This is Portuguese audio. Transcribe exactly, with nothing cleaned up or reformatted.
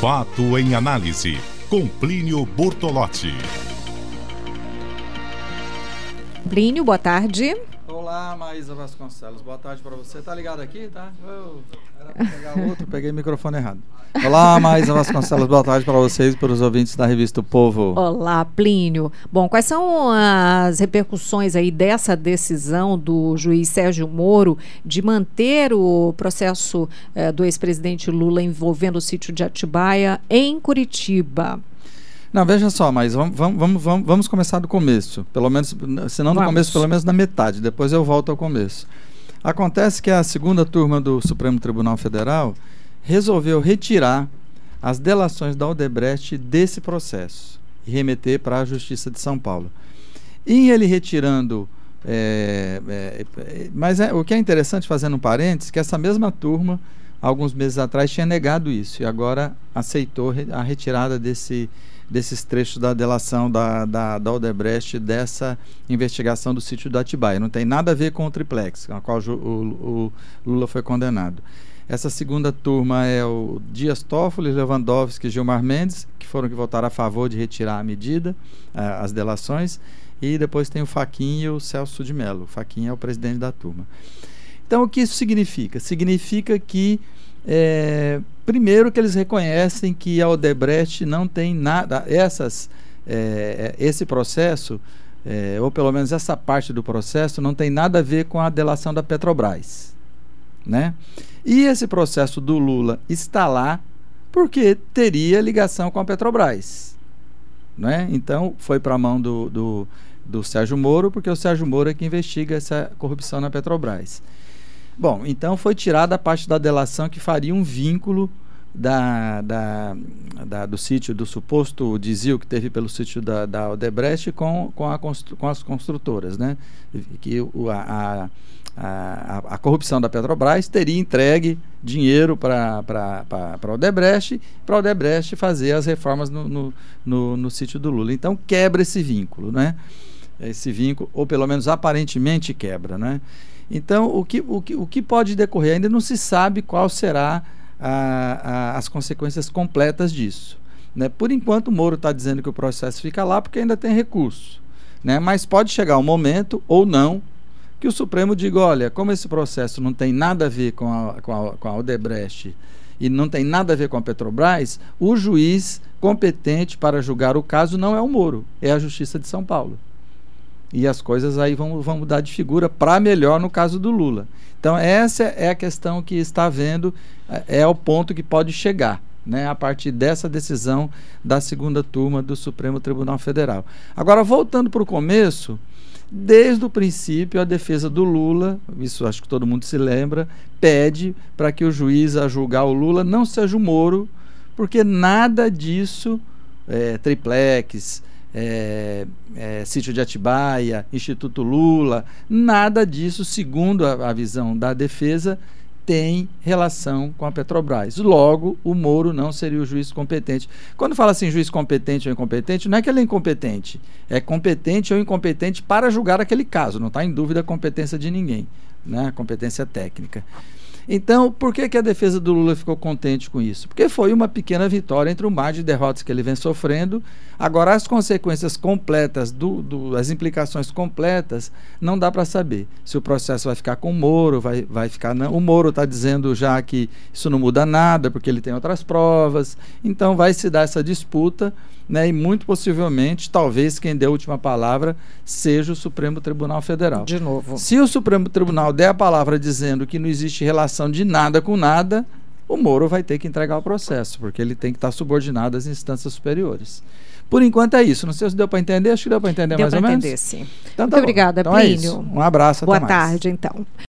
Fato em análise, com Plínio Bortolotti. Plínio, boa tarde. Olá, Maísa Vasconcelos, boa tarde para você. Tá ligado aqui, tá? Oh, era para pegar outro, peguei o microfone errado. Olá, Maísa Vasconcelos, boa tarde para vocês e para os ouvintes da revista O Povo. Olá, Plínio. Bom, quais são as repercussões aí dessa decisão do juiz Sérgio Moro de manter o processo eh, do ex-presidente Lula envolvendo o sítio de Atibaia em Curitiba? Não, veja só, mas vamos, vamos, vamos, vamos começar do começo, pelo menos, se não do Vamos. começo, pelo menos na metade, depois eu volto ao começo. Acontece que a segunda turma do Supremo Tribunal Federal resolveu retirar as delações da Odebrecht desse processo e remeter para a Justiça de São Paulo. E ele retirando, é, é, mas é, o que é interessante, fazendo um parênteses, que essa mesma turma, alguns meses atrás, tinha negado isso e agora aceitou a retirada desse desses trechos da delação da, da, da Odebrecht, dessa investigação do sítio do Atibaia. Não tem nada a ver com o triplex, a qual o, o, o Lula foi condenado. Essa segunda turma é o Dias Toffoli, Lewandowski e Gilmar Mendes, que foram que votaram a favor de retirar a medida, a, as delações, e depois tem o Fachin e o Celso de Mello. O Fachin é o presidente da turma. Então, o que isso significa? Significa que É, primeiro que eles reconhecem que a Odebrecht não tem nada, essas, é, esse processo, é, ou pelo menos essa parte do processo, não tem nada a ver com a delação da Petrobras, né? E esse processo do Lula está lá porque teria ligação com a Petrobras, né? Então foi para a mão do, do, do Sérgio Moro, porque o Sérgio Moro é que investiga essa corrupção na Petrobras. Bom, então foi tirada a parte da delação que faria um vínculo da, da, da, do sítio, do suposto desvio que teve pelo sítio da, da Odebrecht com, com, a constru, com as construtoras, né? Que o, a, a, a, a corrupção da Petrobras teria entregue dinheiro para a Odebrecht, para a Odebrecht fazer as reformas no, no, no, no sítio do Lula. Então quebra esse vínculo, né? Esse vínculo, ou pelo menos aparentemente quebra, né? Então, o que, o, que, o que pode decorrer? Ainda não se sabe qual será a, a, as consequências completas disso, né? Por enquanto, o Moro está dizendo que o processo fica lá porque ainda tem recurso, né? Mas pode chegar um momento, ou não, que o Supremo diga, olha, como esse processo não tem nada a ver com a, com a, com a Odebrecht e não tem nada a ver com a Petrobras, o juiz competente para julgar o caso não é o Moro, é a Justiça de São Paulo. E as coisas aí vão, vão mudar de figura para melhor no caso do Lula. Então essa é a questão que está havendo, é o ponto que pode chegar, né, a partir dessa decisão da segunda turma do Supremo Tribunal Federal. Agora, voltando para o começo, desde o princípio a defesa do Lula, isso acho que todo mundo se lembra, pede para que o juiz a julgar o Lula não seja o Moro, porque nada disso, é, triplex, É, é, sítio de Atibaia, Instituto Lula, nada disso, segundo a, a visão da defesa, tem relação com a Petrobras. Logo, o Moro não seria o juiz competente. Quando fala assim, juiz competente ou incompetente, não é que ele é incompetente, é competente ou incompetente para julgar aquele caso, não está em dúvida a competência de ninguém, né? A competência técnica. Então, por que, que a defesa do Lula ficou contente com isso? Porque foi uma pequena vitória entre o mar de derrotas que ele vem sofrendo. Agora, as consequências completas, do, do, as implicações completas, não dá para saber. Se o processo vai ficar com o Moro, vai, vai ficar... Não. O Moro está dizendo já que isso não muda nada, porque ele tem outras provas. Então, vai se dar essa disputa, né, e muito possivelmente, talvez quem dê a última palavra seja o Supremo Tribunal Federal. De novo. Se o Supremo Tribunal der a palavra dizendo que não existe relação de nada com nada, o Moro vai ter que entregar o processo, porque ele tem que estar subordinado às instâncias superiores. Por enquanto é isso. Não sei se deu para entender, acho que deu para entender deu mais ou menos. Deu para entender, sim. Então, Muito tá obrigada, então Plínio. É isso. Um abraço, até Boa mais. tarde, então.